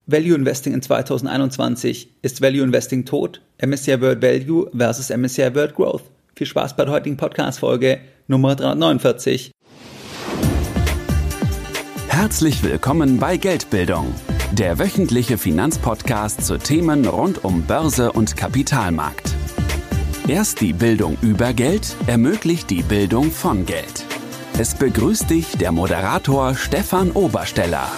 Value Investing in 2021. Ist Value Investing tot? MSCI World Value versus MSCI World Growth. Viel Spaß bei der heutigen Podcast-Folge Nummer 349. Herzlich willkommen bei Geldbildung, der wöchentliche Finanzpodcast zu Themen rund um Börse und Kapitalmarkt. Erst die Bildung über Geld ermöglicht die Bildung von Geld. Es begrüßt dich der Moderator Stefan Obersteller.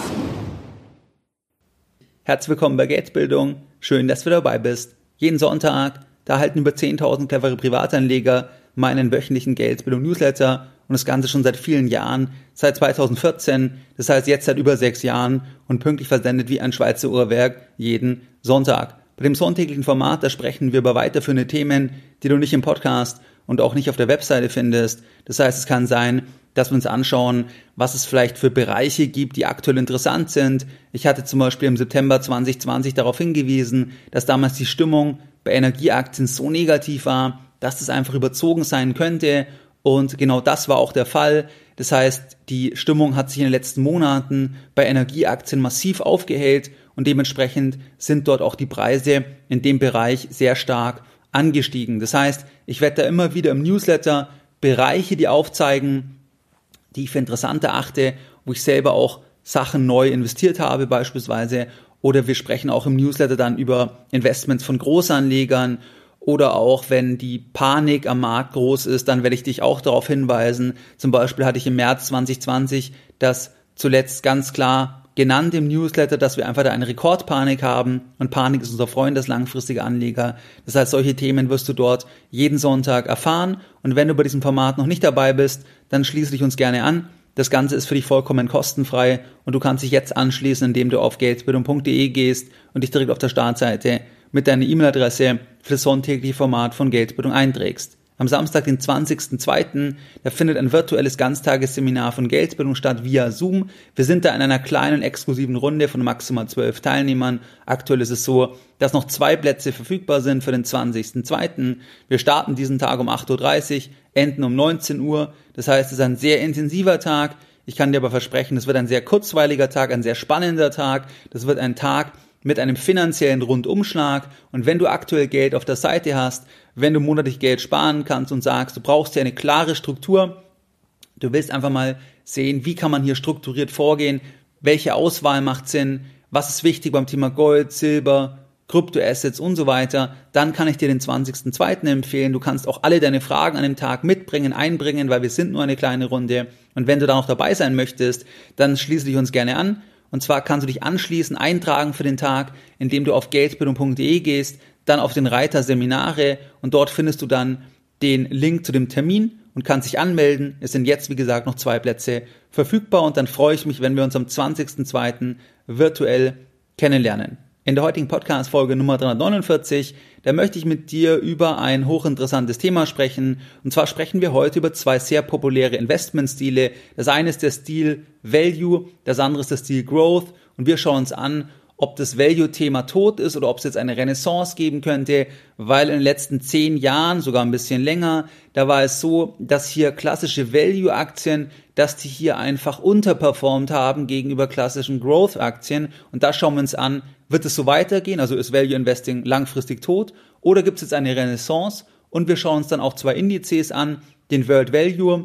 Herzlich willkommen bei Geldbildung. Schön, dass du dabei bist. Jeden Sonntag, da erhalten über 10.000 clevere Privatanleger meinen wöchentlichen Geldbildung-Newsletter und das Ganze schon seit vielen Jahren, seit 2014, das heißt jetzt seit über 6 Jahren und pünktlich versendet wie ein Schweizer Uhrwerk jeden Sonntag. Bei dem sonntäglichen Format, da sprechen wir über weiterführende Themen, die du nicht im Podcast und auch nicht auf der Webseite findest. Das heißt, es kann sein, dass wir uns anschauen, was es vielleicht für Bereiche gibt, die aktuell interessant sind. Ich hatte zum Beispiel im September 2020 darauf hingewiesen, dass damals die Stimmung bei Energieaktien so negativ war, dass das einfach überzogen sein könnte. Und genau das war auch der Fall. Das heißt, die Stimmung hat sich in den letzten Monaten bei Energieaktien massiv aufgehellt und dementsprechend sind dort auch die Preise in dem Bereich sehr stark angestiegen. Das heißt, ich werde da immer wieder im Newsletter Bereiche, die aufzeigen, die ich für interessant erachte, wo ich selber auch Sachen neu investiert habe beispielsweise. Oder wir sprechen auch im Newsletter dann über Investments von Großanlegern. Oder auch, wenn die Panik am Markt groß ist, dann werde ich dich auch darauf hinweisen. Zum Beispiel hatte ich im März 2020 das zuletzt ganz klar genannt im Newsletter, dass wir einfach da eine Rekordpanik haben. Und Panik ist unser Freund, das langfristige Anleger. Das heißt, solche Themen wirst du dort jeden Sonntag erfahren. Und wenn du bei diesem Format noch nicht dabei bist, dann schließe dich uns gerne an. Das Ganze ist für dich vollkommen kostenfrei und du kannst dich jetzt anschließen, indem du auf geldbildung.de gehst und dich direkt auf der Startseite mit deiner E-Mail-Adresse für das sonntägliche Format von Geldbildung einträgst. Am Samstag, den 20.02., da findet ein virtuelles Ganztagesseminar von Geldbildung statt via Zoom. Wir sind da in einer kleinen, exklusiven Runde von maximal 12 Teilnehmern. Aktuell ist es so, dass noch 2 Plätze verfügbar sind für den 20.02. Wir starten diesen Tag um 8.30 Uhr, enden um 19 Uhr. Das heißt, es ist ein sehr intensiver Tag. Ich kann dir aber versprechen, es wird ein sehr kurzweiliger Tag, ein sehr spannender Tag. Das wird ein Tag mit einem finanziellen Rundumschlag. Und wenn du aktuell Geld auf der Seite hast, wenn du monatlich Geld sparen kannst und sagst, du brauchst hier eine klare Struktur, du willst einfach mal sehen, wie kann man hier strukturiert vorgehen, welche Auswahl macht Sinn, was ist wichtig beim Thema Gold, Silber, Kryptoassets und so weiter, dann kann ich dir den 20.02. empfehlen. Du kannst auch alle deine Fragen an dem Tag mitbringen, einbringen, weil wir sind nur eine kleine Runde. Und wenn du da noch dabei sein möchtest, dann schließe dich uns gerne an. Und zwar kannst du dich anschließen, eintragen für den Tag, indem du auf geldbildung.de gehst, dann auf den Reiter Seminare und dort findest du dann den Link zu dem Termin und kannst dich anmelden. Es sind jetzt, wie gesagt, noch 2 Plätze verfügbar und dann freue ich mich, wenn wir uns am 20.02. virtuell kennenlernen. In der heutigen Podcast-Folge Nummer 349, da möchte ich mit dir über ein hochinteressantes Thema sprechen. Und zwar sprechen wir heute über 2 sehr populäre Investmentstile. Das eine ist der Stil Value, das andere ist der Stil Growth. Und wir schauen uns an, ob das Value-Thema tot ist oder ob es jetzt eine Renaissance geben könnte, weil in den letzten 10 Jahren, sogar ein bisschen länger, da war es so, dass hier klassische Value-Aktien, dass die hier einfach unterperformt haben gegenüber klassischen Growth-Aktien. Und da schauen wir uns an, wird es so weitergehen? Also ist Value Investing langfristig tot? Oder gibt es jetzt eine Renaissance? Und wir schauen uns dann auch 2 Indizes an, den World Value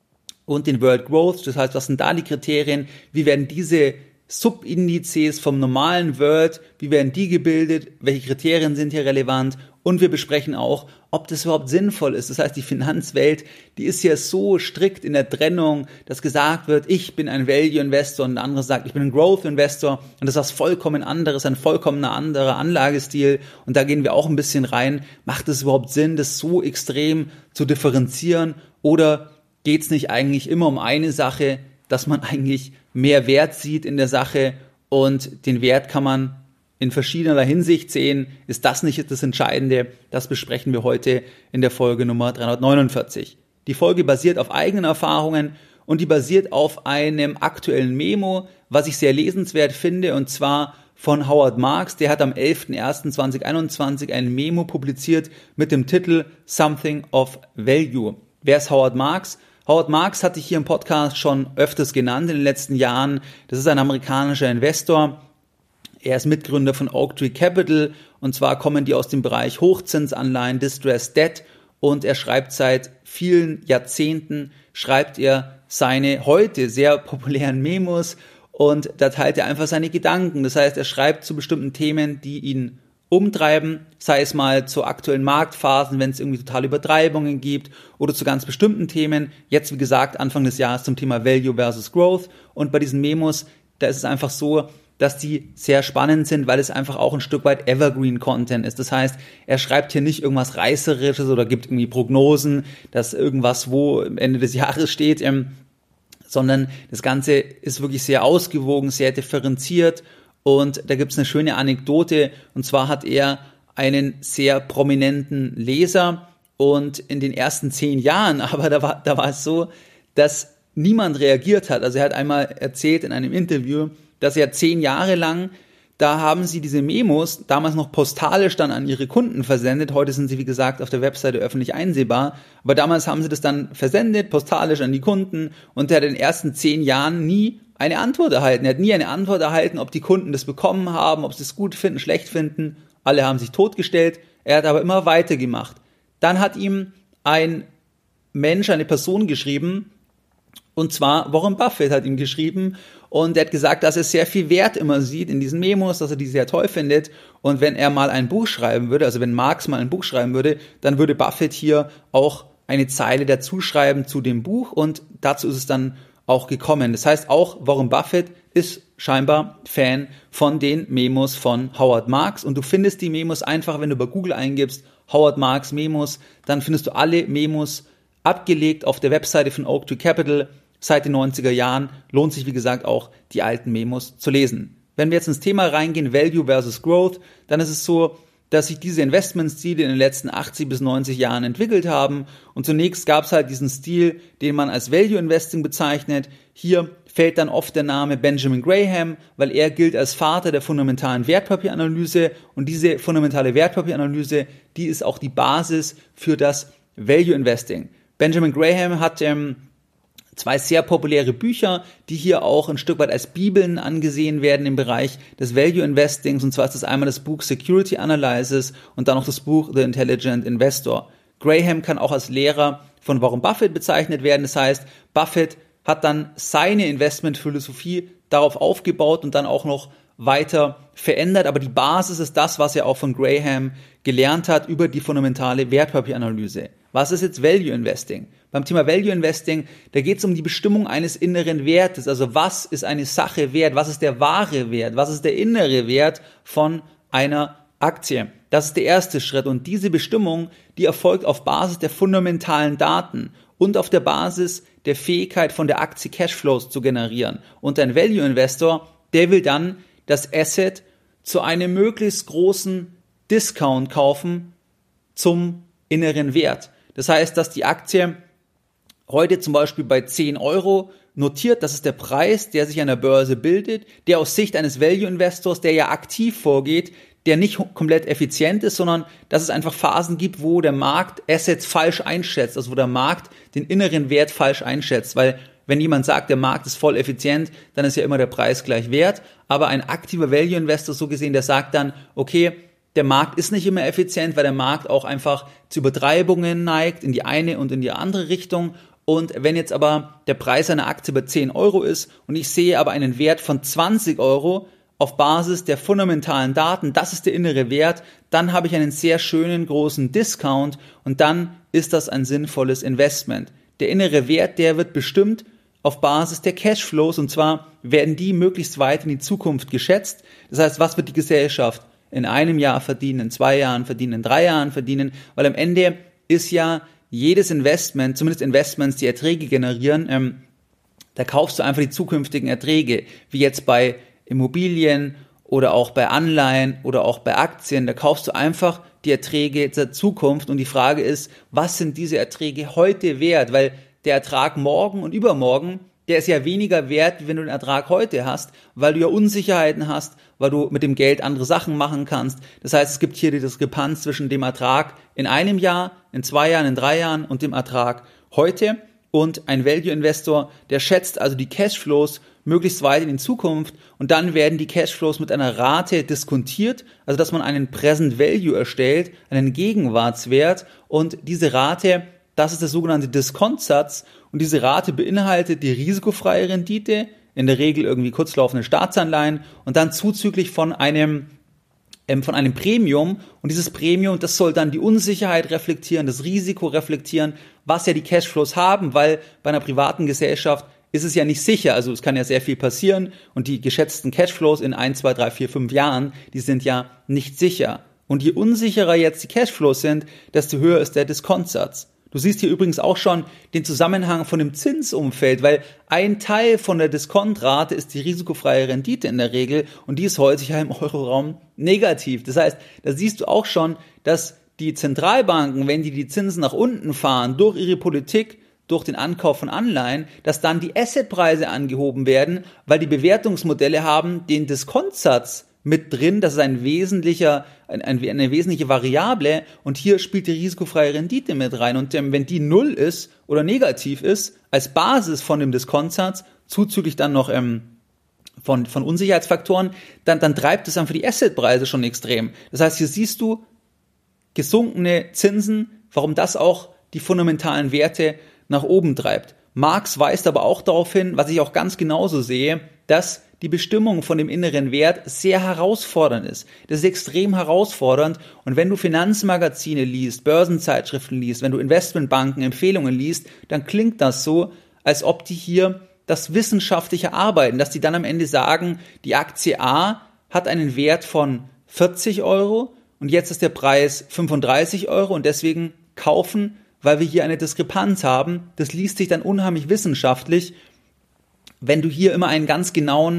und den World Growth. Das heißt, was sind da die Kriterien? Wie werden diese Subindizes vom normalen World, wie werden die gebildet, welche Kriterien sind hier relevant und wir besprechen auch, ob das überhaupt sinnvoll ist. Das heißt, die Finanzwelt, die ist ja so strikt in der Trennung, dass gesagt wird, ich bin ein Value Investor und ein anderer sagt, ich bin ein Growth Investor und das ist was vollkommen anderes, ein vollkommen anderer Anlagestil und da gehen wir auch ein bisschen rein. Macht es überhaupt Sinn, das so extrem zu differenzieren oder geht es nicht eigentlich immer um eine Sache, dass man eigentlich mehr Wert sieht in der Sache und den Wert kann man in verschiedener Hinsicht sehen. Ist das nicht das Entscheidende? Das besprechen wir heute in der Folge Nummer 349. Die Folge basiert auf eigenen Erfahrungen und die basiert auf einem aktuellen Memo, was ich sehr lesenswert finde und zwar von Howard Marks. Der hat am 11.01.2021 ein Memo publiziert mit dem Titel Something of Value. Wer ist Howard Marks? Howard Marks hatte ich hier im Podcast schon öfters genannt in den letzten Jahren. Das ist ein amerikanischer Investor Er ist Mitgründer von Oaktree Capital und zwar kommen die aus dem Bereich Hochzinsanleihen, Distressed Debt und er schreibt seit vielen Jahrzehnten, schreibt er seine heute sehr populären Memos und da teilt er einfach seine Gedanken. Das heißt, er schreibt zu bestimmten Themen, die ihn umtreiben, sei es mal zu aktuellen Marktphasen, wenn es irgendwie totale Übertreibungen gibt oder zu ganz bestimmten Themen. Jetzt, wie gesagt, Anfang des Jahres zum Thema Value versus Growth und bei diesen Memos, da ist es einfach so, dass die sehr spannend sind, weil es einfach auch ein Stück weit Evergreen-Content ist. Das heißt, er schreibt hier nicht irgendwas Reißerisches oder gibt irgendwie Prognosen, dass irgendwas wo am Ende des Jahres steht, sondern das Ganze ist wirklich sehr ausgewogen, sehr differenziert und da gibt es eine schöne Anekdote und zwar hat er einen sehr prominenten Leser und in den ersten 10 Jahren, aber da war es so, dass niemand reagiert hat. Also er hat einmal erzählt in einem Interview, dass er 10 Jahre lang, da haben sie diese Memos damals noch postalisch dann an ihre Kunden versendet. Heute sind sie, wie gesagt, auf der Webseite öffentlich einsehbar. Aber damals haben sie das dann versendet, postalisch an die Kunden. Und er hat in den ersten 10 Jahren nie eine Antwort erhalten. Er hat nie eine Antwort erhalten, ob die Kunden das bekommen haben, ob sie es gut finden, schlecht finden. Alle haben sich totgestellt. Er hat aber immer weitergemacht. Dann hat ihm ein Mensch, eine Person geschrieben, und zwar Warren Buffett hat ihm geschrieben und er hat gesagt, dass er sehr viel Wert immer sieht in diesen Memos, dass er die sehr toll findet und wenn er mal ein Buch schreiben würde, also wenn Marx mal ein Buch schreiben würde, dann würde Buffett hier auch eine Zeile dazu schreiben zu dem Buch und dazu ist es dann auch gekommen. Das heißt, auch Warren Buffett ist scheinbar Fan von den Memos von Howard Marks und du findest die Memos einfach, wenn du bei Google eingibst, Howard Marks Memos, dann findest du alle Memos abgelegt auf der Webseite von Oaktree Capital. Seit den 90er Jahren lohnt sich, wie gesagt, auch die alten Memos zu lesen. Wenn wir jetzt ins Thema reingehen, Value versus Growth, dann ist es so, dass sich diese Investmentstile in den letzten 80 bis 90 Jahren entwickelt haben. Und zunächst gab es halt diesen Stil, den man als Value Investing bezeichnet. Hier fällt dann oft der Name Benjamin Graham, weil er gilt als Vater der fundamentalen Wertpapieranalyse. Und diese fundamentale Wertpapieranalyse, die ist auch die Basis für das Value Investing. Benjamin Graham hat 2 sehr populäre Bücher, die hier auch ein Stück weit als Bibeln angesehen werden im Bereich des Value Investings. Und zwar ist das einmal das Buch Security Analysis und dann noch das Buch The Intelligent Investor. Graham kann auch als Lehrer von Warren Buffett bezeichnet werden. Das heißt, Buffett hat dann seine Investmentphilosophie darauf aufgebaut und dann auch noch weiter verändert. Aber die Basis ist das, was er auch von Graham gelernt hat über die fundamentale Wertpapieranalyse. Was ist jetzt Value Investing? Beim Thema Value Investing, da geht es um die Bestimmung eines inneren Wertes. Also was ist eine Sache wert? Was ist der wahre Wert? Was ist der innere Wert von einer Aktie? Das ist der erste Schritt. Und diese Bestimmung, die erfolgt auf Basis der fundamentalen Daten und auf der Basis der Fähigkeit von der Aktie Cashflows zu generieren. Und ein Value Investor, der will dann das Asset zu einem möglichst großen Discount kaufen zum inneren Wert. Das heißt, dass die Aktie heute zum Beispiel bei 10 Euro notiert, das ist der Preis, der sich an der Börse bildet, der aus Sicht eines Value-Investors, der ja aktiv vorgeht, der nicht komplett effizient ist, sondern dass es einfach Phasen gibt, wo der Markt Assets falsch einschätzt, also wo der Markt den inneren Wert falsch einschätzt, weil wenn jemand sagt, der Markt ist voll effizient, dann ist ja immer der Preis gleich wert, aber ein aktiver Value-Investor, so gesehen, der sagt dann, okay, der Markt ist nicht immer effizient, weil der Markt auch einfach zu Übertreibungen neigt, in die eine und in die andere Richtung. Und wenn jetzt aber der Preis einer Aktie bei 10 Euro ist und ich sehe aber einen Wert von 20 Euro auf Basis der fundamentalen Daten, das ist der innere Wert, dann habe ich einen sehr schönen großen Discount und dann ist das ein sinnvolles Investment. Der innere Wert, der wird bestimmt auf Basis der Cashflows und zwar werden die möglichst weit in die Zukunft geschätzt. Das heißt, was wird die Gesellschaft in einem Jahr verdienen, in 2 Jahren verdienen, in 3 Jahren verdienen, weil am Ende ist ja jedes Investment, zumindest Investments, die Erträge generieren, da kaufst du einfach die zukünftigen Erträge, wie jetzt bei Immobilien oder auch bei Anleihen oder auch bei Aktien, da kaufst du einfach die Erträge der Zukunft und die Frage ist, was sind diese Erträge heute wert, weil der Ertrag morgen und übermorgen, der ist ja weniger wert, wie wenn du den Ertrag heute hast, weil du ja Unsicherheiten hast, weil du mit dem Geld andere Sachen machen kannst. Das heißt, es gibt hier die Diskrepanz zwischen dem Ertrag in einem Jahr, in 2 Jahren, in 3 Jahren und dem Ertrag heute. Und ein Value-Investor, der schätzt also die Cashflows möglichst weit in die Zukunft und dann werden die Cashflows mit einer Rate diskontiert, also dass man einen Present Value erstellt, einen Gegenwartswert und diese Rate, das ist der sogenannte Diskontsatz und diese Rate beinhaltet die risikofreie Rendite, in der Regel irgendwie kurzlaufende Staatsanleihen und dann zuzüglich von einem Premium und dieses Premium, das soll dann die Unsicherheit reflektieren, das Risiko reflektieren, was ja die Cashflows haben, weil bei einer privaten Gesellschaft ist es ja nicht sicher, also es kann ja sehr viel passieren und die geschätzten Cashflows in 1, 2, 3, 4, 5 Jahren, die sind ja nicht sicher. Und je unsicherer jetzt die Cashflows sind, desto höher ist der Diskontsatz. Du siehst hier übrigens auch schon den Zusammenhang von dem Zinsumfeld, weil ein Teil von der Diskontrate ist die risikofreie Rendite in der Regel und die ist häufig ja im Euroraum negativ. Das heißt, da siehst du auch schon, dass die Zentralbanken, wenn die Zinsen nach unten fahren durch ihre Politik, durch den Ankauf von Anleihen, dass dann die Assetpreise angehoben werden, weil die Bewertungsmodelle haben den Diskontsatz mit drin, das ist eine wesentliche Variable und hier spielt die risikofreie Rendite mit rein und wenn die 0 ist oder negativ ist, als Basis von dem Diskontsatz, zuzüglich dann noch von Unsicherheitsfaktoren, dann treibt es einfach die Assetpreise schon extrem. Das heißt, hier siehst du gesunkene Zinsen, warum das auch die fundamentalen Werte nach oben treibt. Marx weist aber auch darauf hin, was ich auch ganz genauso sehe, dass die Bestimmung von dem inneren Wert sehr herausfordernd ist. Das ist extrem herausfordernd und wenn du Finanzmagazine liest, Börsenzeitschriften liest, wenn du Investmentbanken Empfehlungen liest, dann klingt das so, als ob die hier das wissenschaftliche arbeiten, dass die dann am Ende sagen, die Aktie A hat einen Wert von 40 Euro und jetzt ist der Preis 35 Euro und deswegen kaufen, weil wir hier eine Diskrepanz haben. Das liest sich dann unheimlich wissenschaftlich, wenn du hier immer ein ganz genaues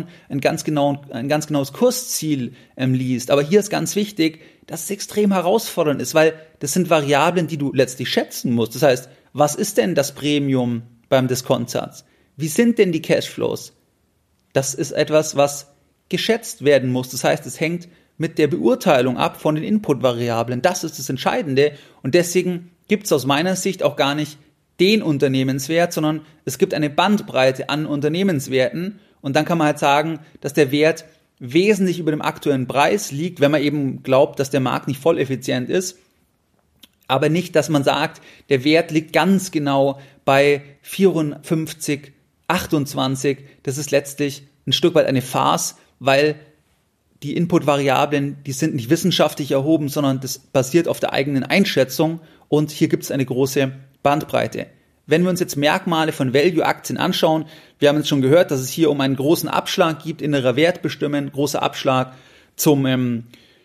Kursziel liest. Aber hier ist ganz wichtig, dass es extrem herausfordernd ist, weil das sind Variablen, die du letztlich schätzen musst. Das heißt, was ist denn das Premium beim Diskontsatz? Wie sind denn die Cashflows? Das ist etwas, was geschätzt werden muss. Das heißt, es hängt mit der Beurteilung ab von den Inputvariablen. Das ist das Entscheidende und deswegen gibt es aus meiner Sicht auch gar nicht den Unternehmenswert, sondern es gibt eine Bandbreite an Unternehmenswerten und dann kann man halt sagen, dass der Wert wesentlich über dem aktuellen Preis liegt, wenn man eben glaubt, dass der Markt nicht voll effizient ist, aber nicht, dass man sagt, der Wert liegt ganz genau bei 54, 28, das ist letztlich ein Stück weit eine Farce, weil die Inputvariablen, die sind nicht wissenschaftlich erhoben, sondern das basiert auf der eigenen Einschätzung und hier gibt es eine große Bandbreite. Wenn wir uns jetzt Merkmale von Value-Aktien anschauen, wir haben jetzt schon gehört, dass es hier um einen großen Abschlag gibt, innerer Wert bestimmen, großer Abschlag zum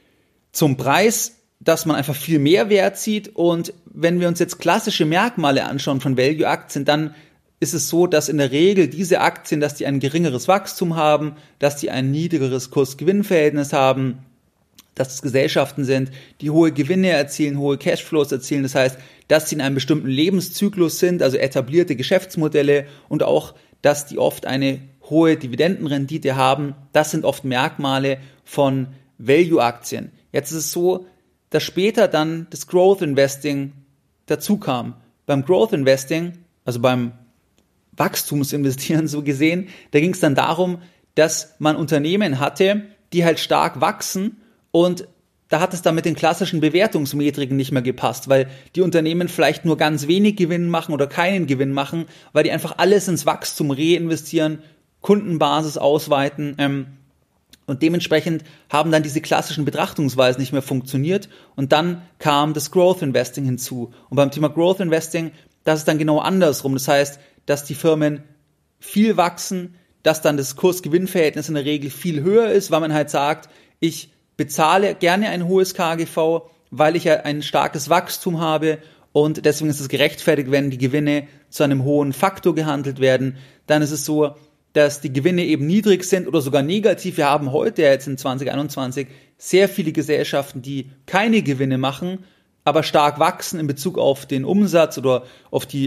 Preis, dass man einfach viel mehr Wert sieht und wenn wir uns jetzt klassische Merkmale anschauen von Value-Aktien, dann ist es so, dass in der Regel diese Aktien, dass die ein geringeres Wachstum haben, dass die ein niedrigeres Kurs-Gewinn-Verhältnis haben, dass es Gesellschaften sind, die hohe Gewinne erzielen, hohe Cashflows erzielen. Das heißt, dass sie in einem bestimmten Lebenszyklus sind, also etablierte Geschäftsmodelle und auch, dass die oft eine hohe Dividendenrendite haben. Das sind oft Merkmale von Value-Aktien. Jetzt ist es so, dass später dann das Growth Investing dazu kam. Beim Growth Investing, also beim Wachstumsinvestieren so gesehen, da ging es dann darum, dass man Unternehmen hatte, die halt stark wachsen und da hat es dann mit den klassischen Bewertungsmetriken nicht mehr gepasst, weil die Unternehmen vielleicht nur ganz wenig Gewinn machen oder keinen Gewinn machen, weil die einfach alles ins Wachstum reinvestieren, Kundenbasis ausweiten und dementsprechend haben dann diese klassischen Betrachtungsweisen nicht mehr funktioniert und dann kam das Growth Investing hinzu. Und beim Thema Growth Investing, das ist dann genau andersrum. Das heißt, dass die Firmen viel wachsen, dass dann das Kurs-Gewinn-Verhältnis in der Regel viel höher ist, weil man halt sagt, ich bezahle gerne ein hohes KGV, weil ich ja ein starkes Wachstum habe und deswegen ist es gerechtfertigt, wenn die Gewinne zu einem hohen Faktor gehandelt werden. Dann ist es so, dass die Gewinne eben niedrig sind oder sogar negativ. Wir haben heute jetzt in 2021 sehr viele Gesellschaften, die keine Gewinne machen, aber stark wachsen in Bezug auf den Umsatz oder auf die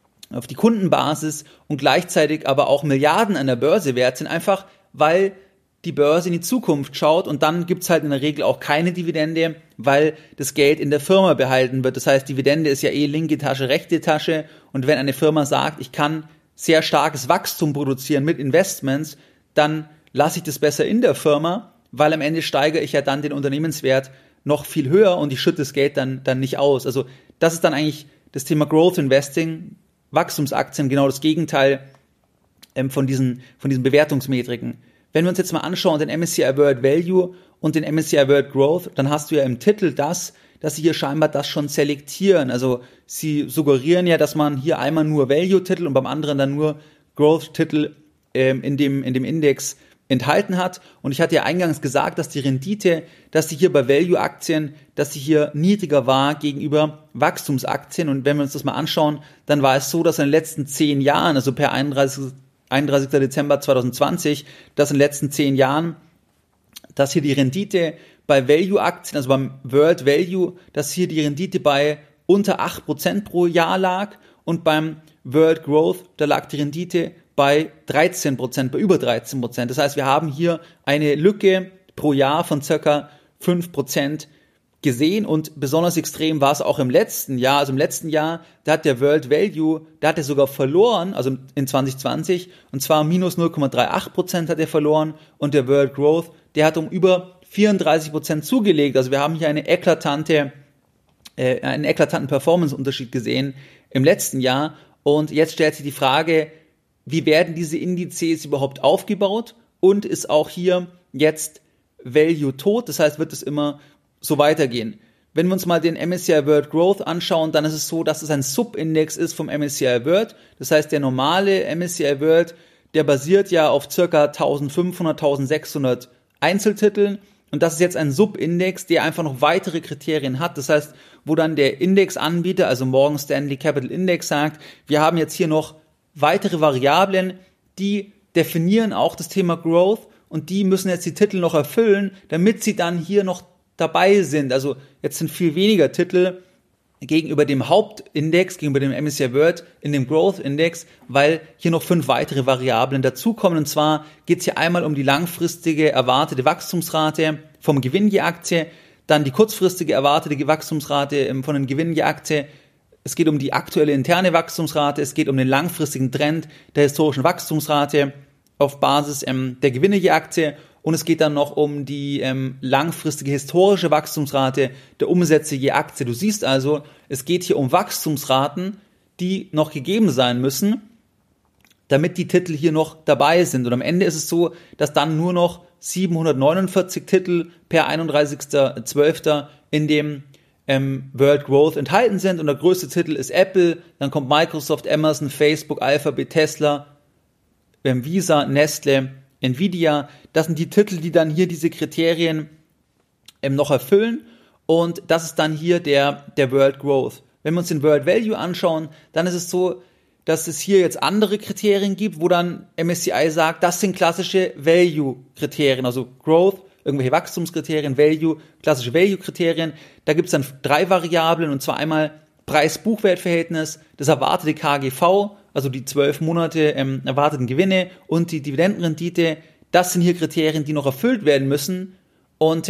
Kundenbasis und gleichzeitig aber auch Milliarden an der Börse wert sind, einfach weil die Börse in die Zukunft schaut und dann gibt's halt in der Regel auch keine Dividende, weil das Geld in der Firma behalten wird. Das heißt, Dividende ist ja linke Tasche, rechte Tasche und wenn eine Firma sagt, ich kann sehr starkes Wachstum produzieren mit Investments, dann lasse ich das besser in der Firma, weil am Ende steigere ich ja dann den Unternehmenswert noch viel höher und ich schütte das Geld dann nicht aus. Also das ist dann eigentlich das Thema Growth Investing, Wachstumsaktien, genau das Gegenteil von diesen Bewertungsmetriken. Wenn wir uns jetzt mal anschauen, den MSCI World Value und den MSCI World Growth, dann hast du ja im Titel dass sie hier scheinbar das schon selektieren. Also sie suggerieren ja, dass man hier einmal nur Value-Titel und beim anderen dann nur Growth-Titel in dem Index enthalten hat. Und ich hatte ja eingangs gesagt, dass die Rendite, dass sie hier bei Value-Aktien, dass sie hier niedriger war gegenüber Wachstumsaktien. Und wenn wir uns das mal anschauen, dann war es so, dass in den letzten 10 Jahren, also per 31. Dezember 2020, dass in den letzten 10 Jahren, dass hier die Rendite bei Value-Aktien, also beim World Value, dass hier die Rendite bei unter 8% pro Jahr lag und beim World Growth, da lag die Rendite bei 13%, bei über 13%. Das heißt, wir haben hier eine Lücke pro Jahr von circa 5% gesehen und besonders extrem war es auch im letzten Jahr. Also im letzten Jahr, da hat der World Value, da hat er sogar verloren, also in 2020, und zwar minus 0,38% hat er verloren und der World Growth, der hat um über 34% zugelegt. Also wir haben hier einen eklatanten Performance-Unterschied gesehen im letzten Jahr und jetzt stellt sich die Frage, wie werden diese Indizes überhaupt aufgebaut und ist auch hier jetzt Value tot? Das heißt, wird es immer so weitergehen. Wenn wir uns mal den MSCI World Growth anschauen, dann ist es so, dass es ein Subindex ist vom MSCI World. Das heißt, der normale MSCI World, der basiert ja auf circa 1500, 1600 Einzeltiteln und das ist jetzt ein Subindex, der einfach noch weitere Kriterien hat. Das heißt, wo dann der Indexanbieter, also Morgan Stanley Capital Index sagt, wir haben jetzt hier noch weitere Variablen, die definieren auch das Thema Growth und die müssen jetzt die Titel noch erfüllen, damit sie dann hier noch dabei sind. Also jetzt sind viel weniger Titel gegenüber dem Hauptindex, gegenüber dem MSCI World in dem Growth Index, weil hier noch 5 weitere Variablen dazukommen. Und zwar geht es hier einmal um die langfristige erwartete Wachstumsrate vom Gewinn je Aktie, dann die kurzfristige erwartete Wachstumsrate von den Gewinnen je Aktie. Es geht um die aktuelle interne Wachstumsrate, es geht um den langfristigen Trend der historischen Wachstumsrate auf Basis der Gewinne je Aktie und es geht dann noch um die langfristige historische Wachstumsrate der Umsätze je Aktie. Du siehst also, es geht hier um Wachstumsraten, die noch gegeben sein müssen, damit die Titel hier noch dabei sind. Und am Ende ist es so, dass dann nur noch 749 Titel per 31.12. in dem World Growth enthalten sind und der größte Titel ist Apple, dann kommt Microsoft, Amazon, Facebook, Alphabet, Tesla, Visa, Nestle, Nvidia. Das sind die Titel, die dann hier diese Kriterien noch erfüllen und das ist dann hier der World Growth. Wenn wir uns den World Value anschauen, dann ist es so, dass es hier jetzt andere Kriterien gibt, wo dann MSCI sagt, das sind klassische Value-Kriterien, also Growth, irgendwelche Wachstumskriterien, Value, klassische Value-Kriterien. Da gibt es dann 3 Variablen und zwar einmal Preis-Buchwert-Verhältnis, das erwartete KGV, also die 12 Monate erwarteten Gewinne und die Dividendenrendite. Das sind hier Kriterien, die noch erfüllt werden müssen und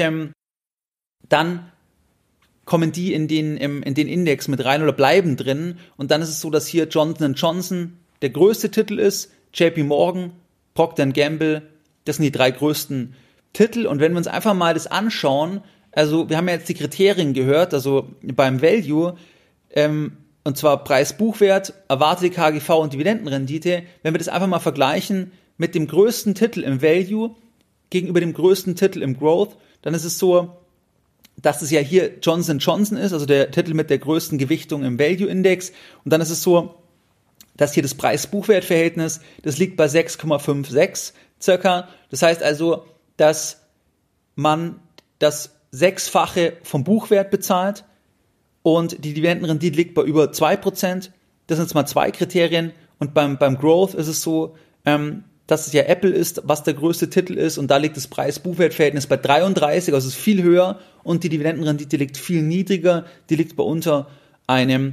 dann kommen die in den Index mit rein oder bleiben drin und dann ist es so, dass hier Johnson & Johnson der größte Titel ist, JP Morgan, Procter & Gamble, das sind die 3 größten Titel und wenn wir uns einfach mal das anschauen, also wir haben ja jetzt die Kriterien gehört, also beim Value, und zwar Preis-Buchwert, erwartete KGV und Dividendenrendite, wenn wir das einfach mal vergleichen mit dem größten Titel im Value gegenüber dem größten Titel im Growth, dann ist es so, dass es ja hier Johnson & Johnson ist, also der Titel mit der größten Gewichtung im Value-Index und dann ist es so, dass hier das Preis-Buchwert-Verhältnis, das liegt bei 6,56 circa, das heißt also, dass man das 6-fache vom Buchwert bezahlt und die Dividendenrendite liegt bei über 2%. Das sind jetzt mal 2 Kriterien und beim Growth ist es so, dass es ja Apple ist, was der größte Titel ist und da liegt das Preis-Buchwert-Verhältnis bei 33, also es ist viel höher und die Dividendenrendite liegt viel niedriger, die liegt bei unter 1%.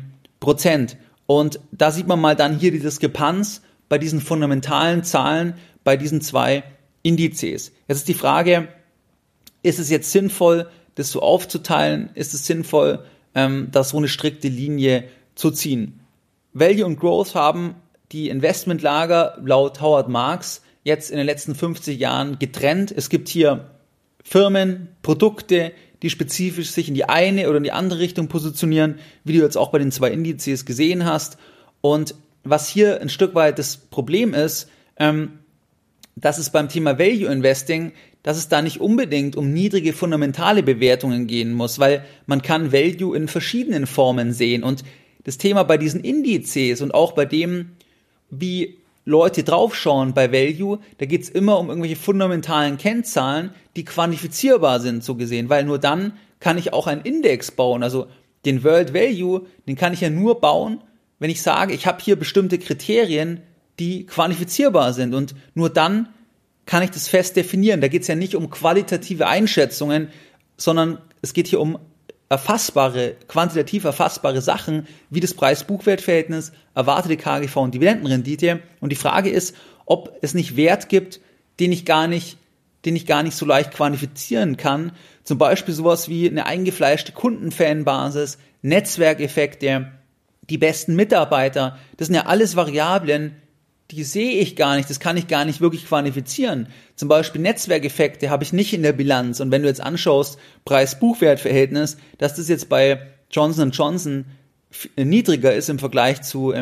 Und da sieht man mal dann hier die Diskrepanz bei diesen fundamentalen Zahlen, bei diesen 2 Indizes. Jetzt ist die Frage, ist es jetzt sinnvoll, das so aufzuteilen? Ist es sinnvoll, da so eine strikte Linie zu ziehen? Value und Growth haben die Investmentlager laut Howard Marks jetzt in den letzten 50 Jahren getrennt. Es gibt hier Firmen, Produkte, die spezifisch sich in die eine oder in die andere Richtung positionieren, wie du jetzt auch bei den 2 Indizes gesehen hast. Und was hier ein Stück weit das Problem ist, dass es beim Thema Value Investing, dass es da nicht unbedingt um niedrige fundamentale Bewertungen gehen muss, weil man kann Value in verschiedenen Formen sehen. Und das Thema bei diesen Indizes und auch bei dem, wie Leute draufschauen bei Value, da geht es immer um irgendwelche fundamentalen Kennzahlen, die quantifizierbar sind, so gesehen, weil nur dann kann ich auch einen Index bauen. Also den World Value, den kann ich ja nur bauen, wenn ich sage, ich habe hier bestimmte Kriterien, die quantifizierbar sind, und nur dann kann ich das fest definieren. Da geht es ja nicht um qualitative Einschätzungen, sondern es geht hier um quantitativ erfassbare Sachen, wie das Preis-Buchwert-Verhältnis, erwartete KGV und Dividendenrendite. Und die Frage ist, ob es nicht Wert gibt, den ich gar nicht so leicht quantifizieren kann. Zum Beispiel sowas wie eine eingefleischte Kundenfanbasis, Netzwerkeffekte, die besten Mitarbeiter. Das sind ja alles Variablen, die sehe ich gar nicht, das kann ich gar nicht wirklich quantifizieren. Zum Beispiel Netzwerkeffekte habe ich nicht in der Bilanz. Und wenn du jetzt anschaust, Preis-Buchwert-Verhältnis, dass das jetzt bei Johnson & Johnson niedriger ist im Vergleich zu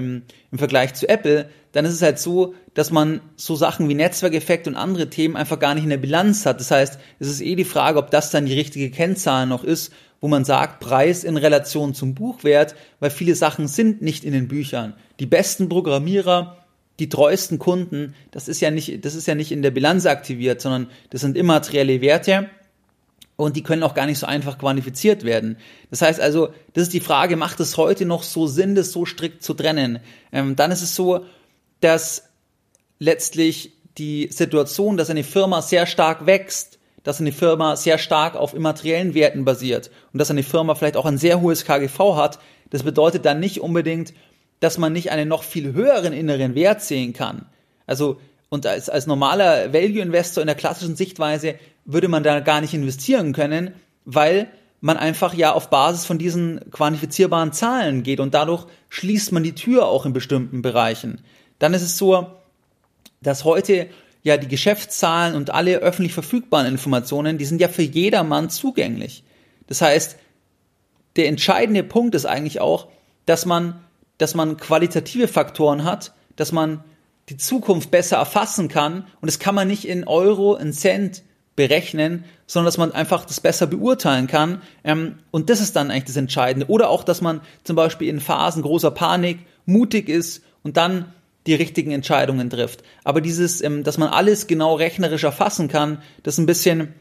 Apple, dann ist es halt so, dass man so Sachen wie Netzwerkeffekte und andere Themen einfach gar nicht in der Bilanz hat. Das heißt, es ist die Frage, ob das dann die richtige Kennzahl noch ist, wo man sagt, Preis in Relation zum Buchwert, weil viele Sachen sind nicht in den Büchern. Die besten Programmierer, die treuesten Kunden, das ist ja nicht in der Bilanz aktiviert, sondern das sind immaterielle Werte und die können auch gar nicht so einfach quantifiziert werden. Das heißt also, das ist die Frage, macht es heute noch so Sinn, das so strikt zu trennen? Dann ist es so, dass letztlich die Situation, dass eine Firma sehr stark wächst, dass eine Firma sehr stark auf immateriellen Werten basiert und dass eine Firma vielleicht auch ein sehr hohes KGV hat, das bedeutet dann nicht unbedingt, dass man nicht einen noch viel höheren inneren Wert sehen kann. Also, und als normaler Value-Investor in der klassischen Sichtweise würde man da gar nicht investieren können, weil man einfach ja auf Basis von diesen quantifizierbaren Zahlen geht und dadurch schließt man die Tür auch in bestimmten Bereichen. Dann ist es so, dass heute ja die Geschäftszahlen und alle öffentlich verfügbaren Informationen, die sind ja für jedermann zugänglich. Das heißt, der entscheidende Punkt ist eigentlich auch, dass man qualitative Faktoren hat, dass man die Zukunft besser erfassen kann, und das kann man nicht in Euro, in Cent berechnen, sondern dass man einfach das besser beurteilen kann, und das ist dann eigentlich das Entscheidende. Oder auch, dass man zum Beispiel in Phasen großer Panik mutig ist und dann die richtigen Entscheidungen trifft. Aber dass man alles genau rechnerisch erfassen kann, das ist ein bisschen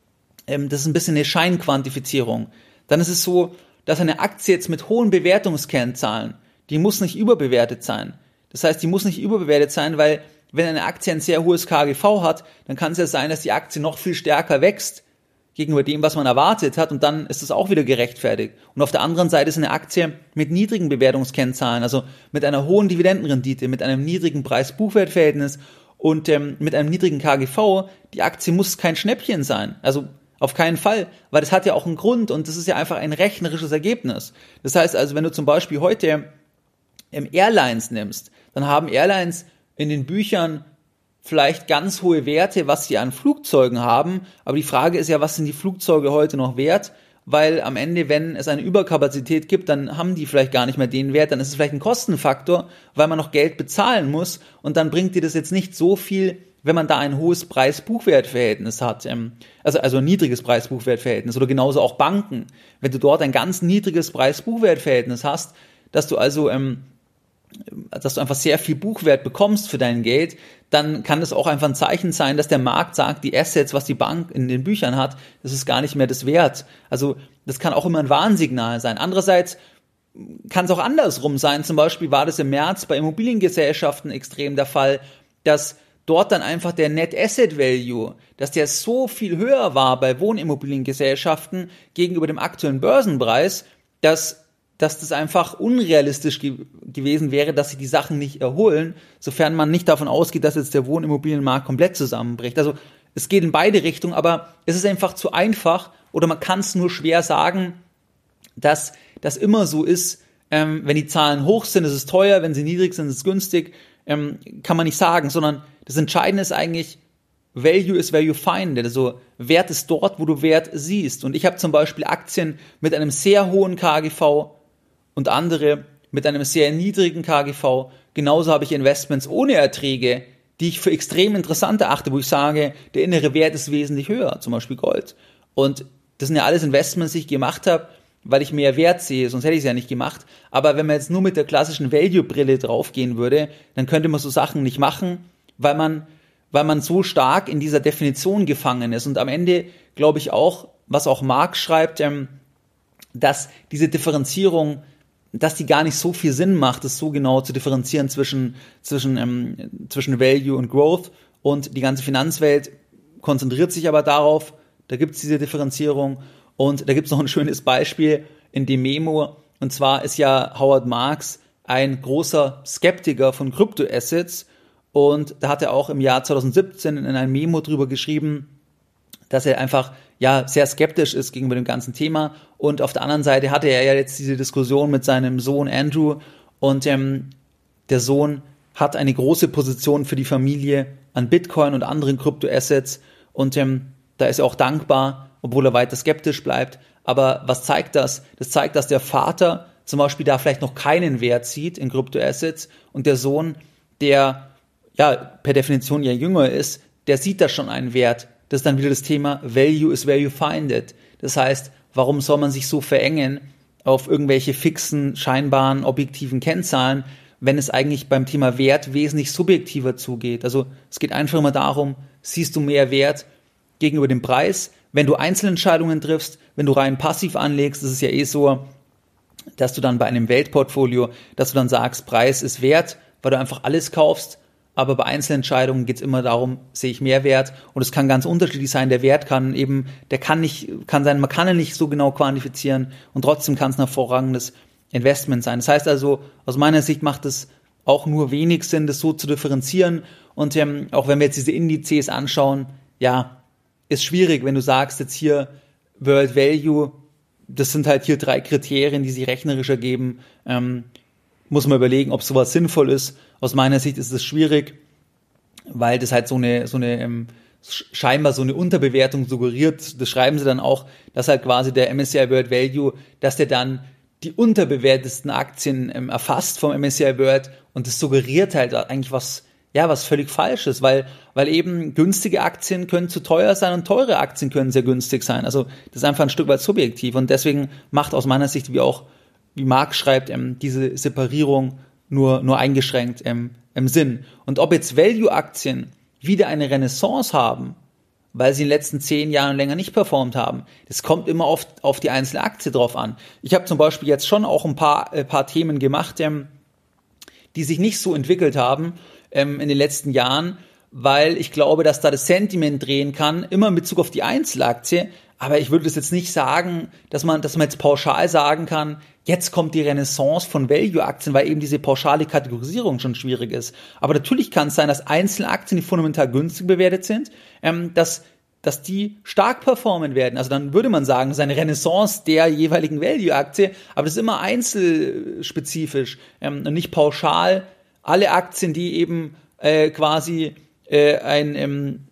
eine Scheinquantifizierung. Dann ist es so, dass eine Aktie jetzt mit hohen Bewertungskennzahlen, die muss nicht überbewertet sein. Das heißt, die muss nicht überbewertet sein, weil wenn eine Aktie ein sehr hohes KGV hat, dann kann es ja sein, dass die Aktie noch viel stärker wächst gegenüber dem, was man erwartet hat, und dann ist das auch wieder gerechtfertigt. Und auf der anderen Seite ist eine Aktie mit niedrigen Bewertungskennzahlen, also mit einer hohen Dividendenrendite, mit einem niedrigen Preis-Buchwert-Verhältnis und mit einem niedrigen KGV, die Aktie muss kein Schnäppchen sein. Also auf keinen Fall, weil das hat ja auch einen Grund und das ist ja einfach ein rechnerisches Ergebnis. Das heißt also, wenn du zum Beispiel heute Airlines nimmst, dann haben Airlines in den Büchern vielleicht ganz hohe Werte, was sie an Flugzeugen haben, aber die Frage ist ja, was sind die Flugzeuge heute noch wert? Weil am Ende, wenn es eine Überkapazität gibt, dann haben die vielleicht gar nicht mehr den Wert, dann ist es vielleicht ein Kostenfaktor, weil man noch Geld bezahlen muss, und dann bringt dir das jetzt nicht so viel, wenn man da ein hohes Preis-Buchwert-Verhältnis hat, also ein niedriges Preis-Buchwert-Verhältnis, oder genauso auch Banken. Wenn du dort ein ganz niedriges Preis-Buchwert-Verhältnis hast, dass du einfach sehr viel Buchwert bekommst für dein Geld, dann kann das auch einfach ein Zeichen sein, dass der Markt sagt, die Assets, was die Bank in den Büchern hat, das ist gar nicht mehr das Wert. Also das kann auch immer ein Warnsignal sein. Andererseits kann es auch andersrum sein. Zum Beispiel war das im März bei Immobiliengesellschaften extrem der Fall, dass dort dann einfach der Net Asset Value, dass der so viel höher war bei Wohnimmobiliengesellschaften gegenüber dem aktuellen Börsenpreis, dass dass das einfach unrealistisch gewesen wäre, dass sich die Sachen nicht erholen, sofern man nicht davon ausgeht, dass jetzt der Wohnimmobilienmarkt komplett zusammenbricht. Also es geht in beide Richtungen, aber es ist einfach zu einfach oder man kann es nur schwer sagen, dass das immer so ist, wenn die Zahlen hoch sind, ist es teuer, wenn sie niedrig sind, ist es günstig, kann man nicht sagen, sondern das Entscheidende ist eigentlich, Value is where you find it, also Wert ist dort, wo du Wert siehst. Und ich habe zum Beispiel Aktien mit einem sehr hohen KGV und andere mit einem sehr niedrigen KGV. Genauso habe ich Investments ohne Erträge, die ich für extrem interessant erachte, wo ich sage, der innere Wert ist wesentlich höher, zum Beispiel Gold. Und das sind ja alles Investments, die ich gemacht habe, weil ich mehr Wert sehe, sonst hätte ich es ja nicht gemacht. Aber wenn man jetzt nur mit der klassischen Value-Brille draufgehen würde, dann könnte man so Sachen nicht machen, weil man so stark in dieser Definition gefangen ist. Und am Ende glaube ich auch, was auch Marx schreibt, dass diese Differenzierung, dass die gar nicht so viel Sinn macht, es so genau zu differenzieren zwischen Value und Growth. Und die ganze Finanzwelt konzentriert sich aber darauf, da gibt es diese Differenzierung. Und da gibt es noch ein schönes Beispiel in dem Memo. Und zwar ist ja Howard Marks ein großer Skeptiker von Kryptoassets. Und da hat er auch im Jahr 2017 in einem Memo drüber geschrieben, dass er einfach sehr skeptisch ist gegenüber dem ganzen Thema. Und auf der anderen Seite hatte er ja jetzt diese Diskussion mit seinem Sohn Andrew. Und der Sohn hat eine große Position für die Familie an Bitcoin und anderen Kryptoassets. Und da ist er auch dankbar, obwohl er weiter skeptisch bleibt. Aber was zeigt das? Das zeigt, dass der Vater zum Beispiel da vielleicht noch keinen Wert sieht in Kryptoassets und der Sohn, der per Definition ja jünger ist, der sieht da schon einen Wert. Das ist dann wieder das Thema Value is where you find it. Das heißt, warum soll man sich so verengen auf irgendwelche fixen, scheinbaren, objektiven Kennzahlen, wenn es eigentlich beim Thema Wert wesentlich subjektiver zugeht? Also es geht einfach immer darum, siehst du mehr Wert gegenüber dem Preis? Wenn du Einzelentscheidungen triffst, wenn du rein passiv anlegst, das ist ja so, dass du dann bei einem Weltportfolio, dass du dann sagst, Preis ist Wert, weil du einfach alles kaufst. Aber bei Einzelentscheidungen geht es immer darum, sehe ich Mehrwert, und es kann ganz unterschiedlich sein. Der Wert kann sein, man kann ihn nicht so genau quantifizieren und trotzdem kann es ein hervorragendes Investment sein. Das heißt also, aus meiner Sicht macht es auch nur wenig Sinn, das so zu differenzieren. Und auch wenn wir jetzt diese Indizes anschauen, ist schwierig, wenn du sagst jetzt hier World Value, das sind halt hier 3 Kriterien, die sich rechnerisch ergeben, muss man überlegen, ob sowas sinnvoll ist. Aus meiner Sicht ist es schwierig, weil das halt scheinbar so eine Unterbewertung suggeriert. Das schreiben sie dann auch, dass halt quasi der MSCI World Value, dass der dann die unterbewertesten Aktien erfasst vom MSCI World, und das suggeriert halt eigentlich was völlig Falsches, weil eben günstige Aktien können zu teuer sein und teure Aktien können sehr günstig sein. Also das ist einfach ein Stück weit subjektiv, und deswegen macht aus meiner Sicht, wie Marx schreibt, diese Separierung nur eingeschränkt Sinn. Und ob jetzt Value-Aktien wieder eine Renaissance haben, weil sie in den letzten 10 Jahren länger nicht performt haben, das kommt immer auf die einzelne Aktie drauf an. Ich habe zum Beispiel jetzt schon auch ein paar Themen gemacht, die sich nicht so entwickelt haben in den letzten Jahren, weil ich glaube, dass da das Sentiment drehen kann, immer in Bezug auf die Einzelaktie. Aber ich würde das jetzt nicht sagen, dass man jetzt pauschal sagen kann, jetzt kommt die Renaissance von Value-Aktien, weil eben diese pauschale Kategorisierung schon schwierig ist. Aber natürlich kann es sein, dass einzelne Aktien, die fundamental günstig bewertet sind, dass die stark performen werden. Also dann würde man sagen, das ist eine Renaissance der jeweiligen Value-Aktie, aber das ist immer einzelspezifisch und nicht pauschal. Alle Aktien, die eben quasi ein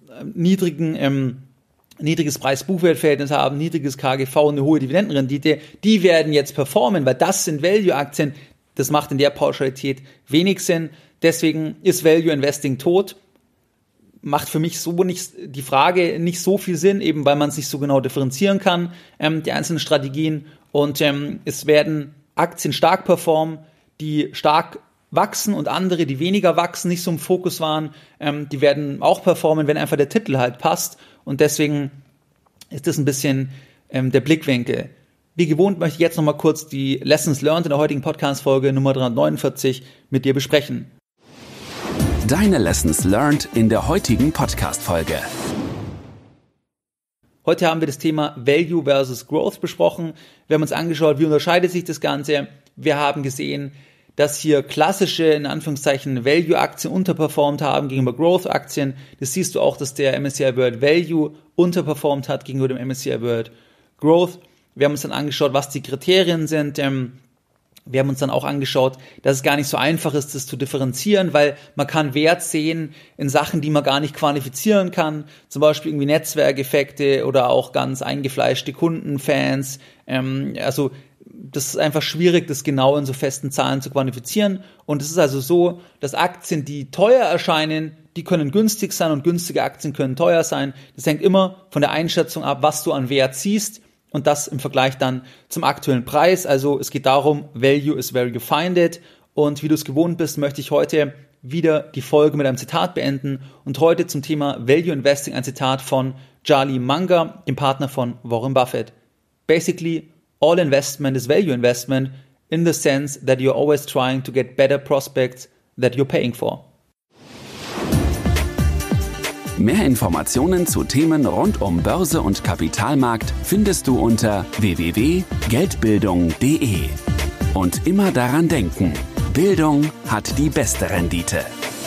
niedriges Preis-Buchwert-Verhältnis haben, niedriges KGV und eine hohe Dividendenrendite, die werden jetzt performen, weil das sind Value-Aktien. Das macht in der Pauschalität wenig Sinn. Deswegen ist Value-Investing tot. Macht für mich die Frage nicht so viel Sinn, eben weil man es nicht so genau differenzieren kann, die einzelnen Strategien. Und es werden Aktien stark performen, die stark wachsen, und andere, die weniger wachsen, nicht so im Fokus waren, die werden auch performen, wenn einfach der Titel halt passt. Und deswegen ist das ein bisschen der Blickwinkel. Wie gewohnt möchte ich jetzt nochmal kurz die Lessons Learned in der heutigen Podcast-Folge Nummer 349 mit dir besprechen. Deine Lessons Learned in der heutigen Podcast-Folge. Heute haben wir das Thema Value versus Growth besprochen. Wir haben uns angeschaut, wie unterscheidet sich das Ganze. Wir haben gesehen, dass hier klassische, in Anführungszeichen, Value-Aktien unterperformt haben gegenüber Growth-Aktien. Das siehst du auch, dass der MSCI World Value unterperformt hat gegenüber dem MSCI World Growth. Wir haben uns dann angeschaut, was die Kriterien sind. Wir haben uns dann auch angeschaut, dass es gar nicht so einfach ist, das zu differenzieren, weil man kann Wert sehen in Sachen, die man gar nicht quantifizieren kann. Zum Beispiel irgendwie Netzwerkeffekte oder auch ganz eingefleischte Kundenfans. Also das ist einfach schwierig, das genau in so festen Zahlen zu quantifizieren. Und es ist also so, dass Aktien, die teuer erscheinen, die können günstig sein und günstige Aktien können teuer sein. Das hängt immer von der Einschätzung ab, was du an Wert siehst und das im Vergleich dann zum aktuellen Preis. Also es geht darum, Value is where you find it. Und wie du es gewohnt bist, möchte ich heute wieder die Folge mit einem Zitat beenden und heute zum Thema Value Investing ein Zitat von Charlie Munger, dem Partner von Warren Buffett. Basically, all investment is value investment in the sense that you're always trying to get better prospects that you're paying for. Mehr Informationen zu Themen rund um Börse und Kapitalmarkt findest du unter www.geldbildung.de. Und immer daran denken, Bildung hat die beste Rendite.